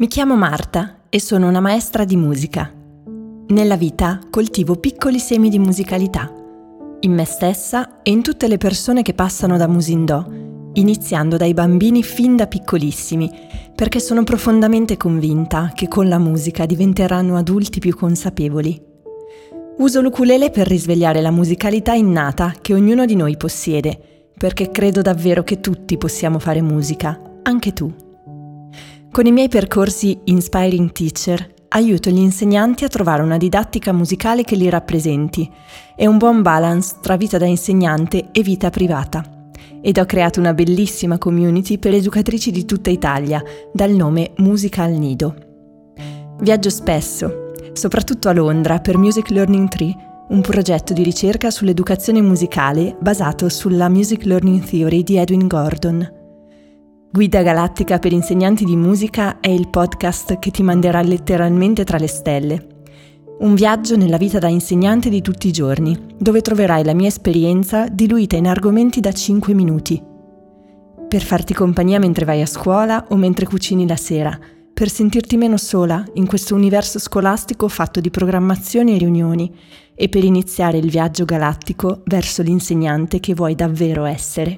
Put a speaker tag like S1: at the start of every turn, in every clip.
S1: Mi chiamo Marta e sono una maestra di musica. Nella vita coltivo piccoli semi di musicalità, in me stessa e in tutte le persone che passano da Musindò, iniziando dai bambini fin da piccolissimi, perché sono profondamente convinta che con la musica diventeranno adulti più consapevoli. Uso l'ukulele per risvegliare la musicalità innata che ognuno di noi possiede, perché credo davvero che tutti possiamo fare musica, anche tu. Con i miei percorsi Inspiring Teacher aiuto gli insegnanti a trovare una didattica musicale che li rappresenti e un buon balance tra vita da insegnante e vita privata. Ed ho creato una bellissima community per educatrici di tutta Italia, dal nome Musica al Nido. Viaggio spesso, soprattutto a Londra, per Music Learning Tree, un progetto di ricerca sull'educazione musicale basato sulla Music Learning Theory di Edwin Gordon. Guida Galattica per insegnanti di musica è il podcast che ti manderà letteralmente tra le stelle. Un viaggio nella vita da insegnante di tutti i giorni, dove troverai la mia esperienza diluita in argomenti da 5 minuti. Per farti compagnia mentre vai a scuola o mentre cucini la sera, per sentirti meno sola in questo universo scolastico fatto di programmazioni e riunioni, e per iniziare il viaggio galattico verso l'insegnante che vuoi davvero essere.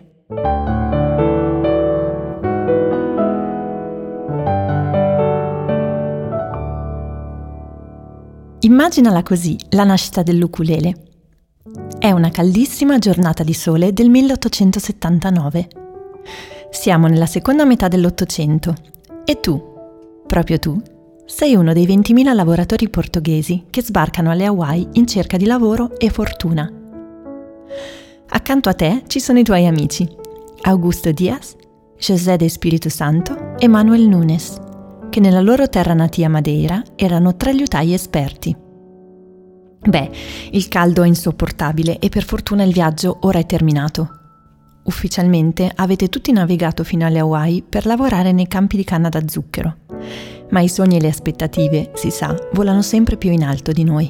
S1: Immaginala così la nascita dell'ukulele. È una caldissima giornata di sole del 1879. Siamo nella seconda metà dell'Ottocento e tu, proprio tu, sei uno dei 20.000 lavoratori portoghesi che sbarcano alle Hawaii in cerca di lavoro e fortuna. Accanto a te ci sono i tuoi amici, Augusto Dias, José de Espírito Santo e Manuel Nunes, che nella loro terra natia Madeira erano 3 liutai esperti. Beh, il caldo è insopportabile e per fortuna il viaggio ora è terminato. Ufficialmente avete tutti navigato fino alle Hawaii per lavorare nei campi di canna da zucchero, ma i sogni e le aspettative, si sa, volano sempre più in alto di noi.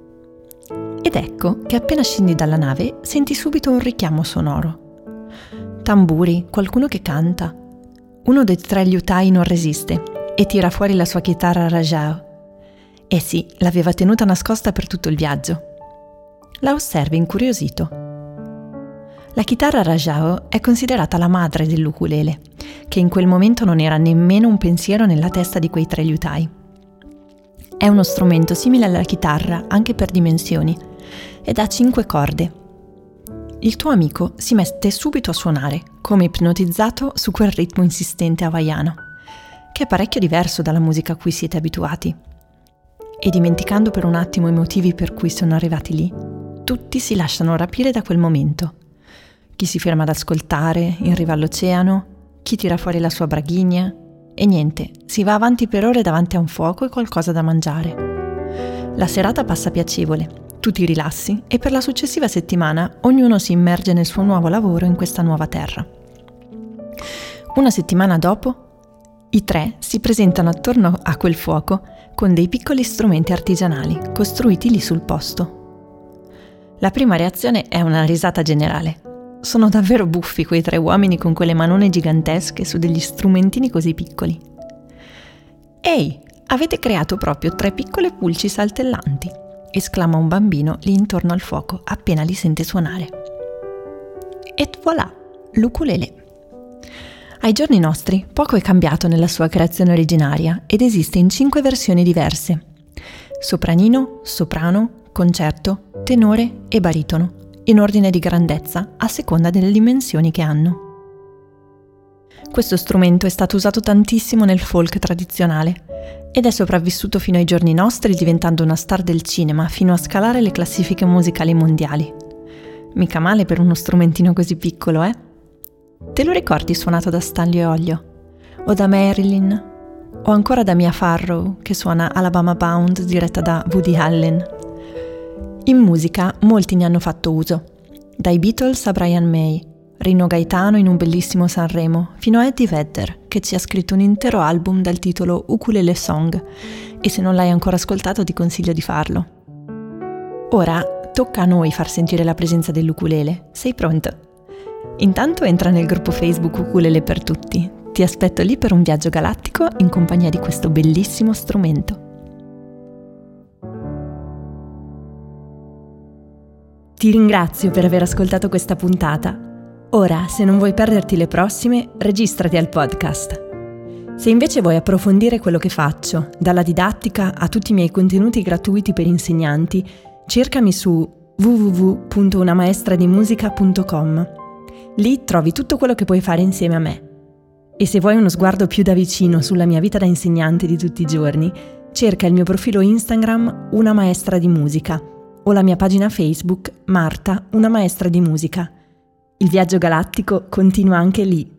S1: Ed ecco che appena scendi dalla nave senti subito un richiamo sonoro. Tamburi, qualcuno che canta. Uno dei 3 liutai non resiste e tira fuori la sua chitarra Rajao. Eh sì, l'aveva tenuta nascosta per tutto il viaggio. La osservi incuriosito. La chitarra Rajao è considerata la madre dell'ukulele, che in quel momento non era nemmeno un pensiero nella testa di quei 3 liutai. È uno strumento simile alla chitarra anche per dimensioni ed ha 5 corde. Il tuo amico si mette subito a suonare, come ipnotizzato su quel ritmo insistente hawaiano, che è parecchio diverso dalla musica a cui siete abituati. E dimenticando per un attimo i motivi per cui sono arrivati lì, tutti si lasciano rapire da quel momento. Chi si ferma ad ascoltare in riva all'oceano, chi tira fuori la sua braghigna e niente, si va avanti per ore davanti a un fuoco e qualcosa da mangiare. La serata passa piacevole, tu ti rilassi e per la successiva settimana ognuno si immerge nel suo nuovo lavoro in questa nuova terra. Una settimana dopo, i 3 si presentano attorno a quel fuoco con dei piccoli strumenti artigianali costruiti lì sul posto. La prima reazione è una risata generale. Sono davvero buffi quei 3 uomini con quelle manone gigantesche su degli strumentini così piccoli. Ehi, avete creato proprio 3 piccole pulci saltellanti, esclama un bambino lì intorno al fuoco appena li sente suonare. Et voilà, l'ukulele. Ai giorni nostri, poco è cambiato nella sua creazione originaria ed esiste in 5 versioni diverse: sopranino, soprano, concerto, tenore e baritono, in ordine di grandezza a seconda delle dimensioni che hanno. Questo strumento è stato usato tantissimo nel folk tradizionale ed è sopravvissuto fino ai giorni nostri, diventando una star del cinema fino a scalare le classifiche musicali mondiali. Mica male per uno strumentino così piccolo, eh? Te lo ricordi suonato da Stanley Olio? O da Marilyn? O ancora da Mia Farrow, che suona Alabama Bound, diretta da Woody Allen? In musica molti ne hanno fatto uso, dai Beatles a Brian May, Rino Gaetano in un bellissimo Sanremo, fino a Eddie Vedder, che ci ha scritto un intero album dal titolo Ukulele Song, e se non l'hai ancora ascoltato ti consiglio di farlo. Ora tocca a noi far sentire la presenza dell'ukulele. Sei pronto? Intanto entra nel gruppo Facebook Ukulele per tutti, Ti aspetto lì per un viaggio galattico in compagnia di questo bellissimo strumento. Ti ringrazio per aver ascoltato questa puntata. Ora, se non vuoi perderti le prossime, registrati al podcast. Se invece vuoi approfondire quello che faccio, dalla didattica a tutti i miei contenuti gratuiti per insegnanti, cercami su www.unamaestradimusica.com. Lì trovi tutto quello che puoi fare insieme a me. E se vuoi uno sguardo più da vicino sulla mia vita da insegnante di tutti i giorni, cerca il mio profilo Instagram Una Maestra di Musica o la mia pagina Facebook Marta, una maestra di musica. Il viaggio galattico continua anche lì.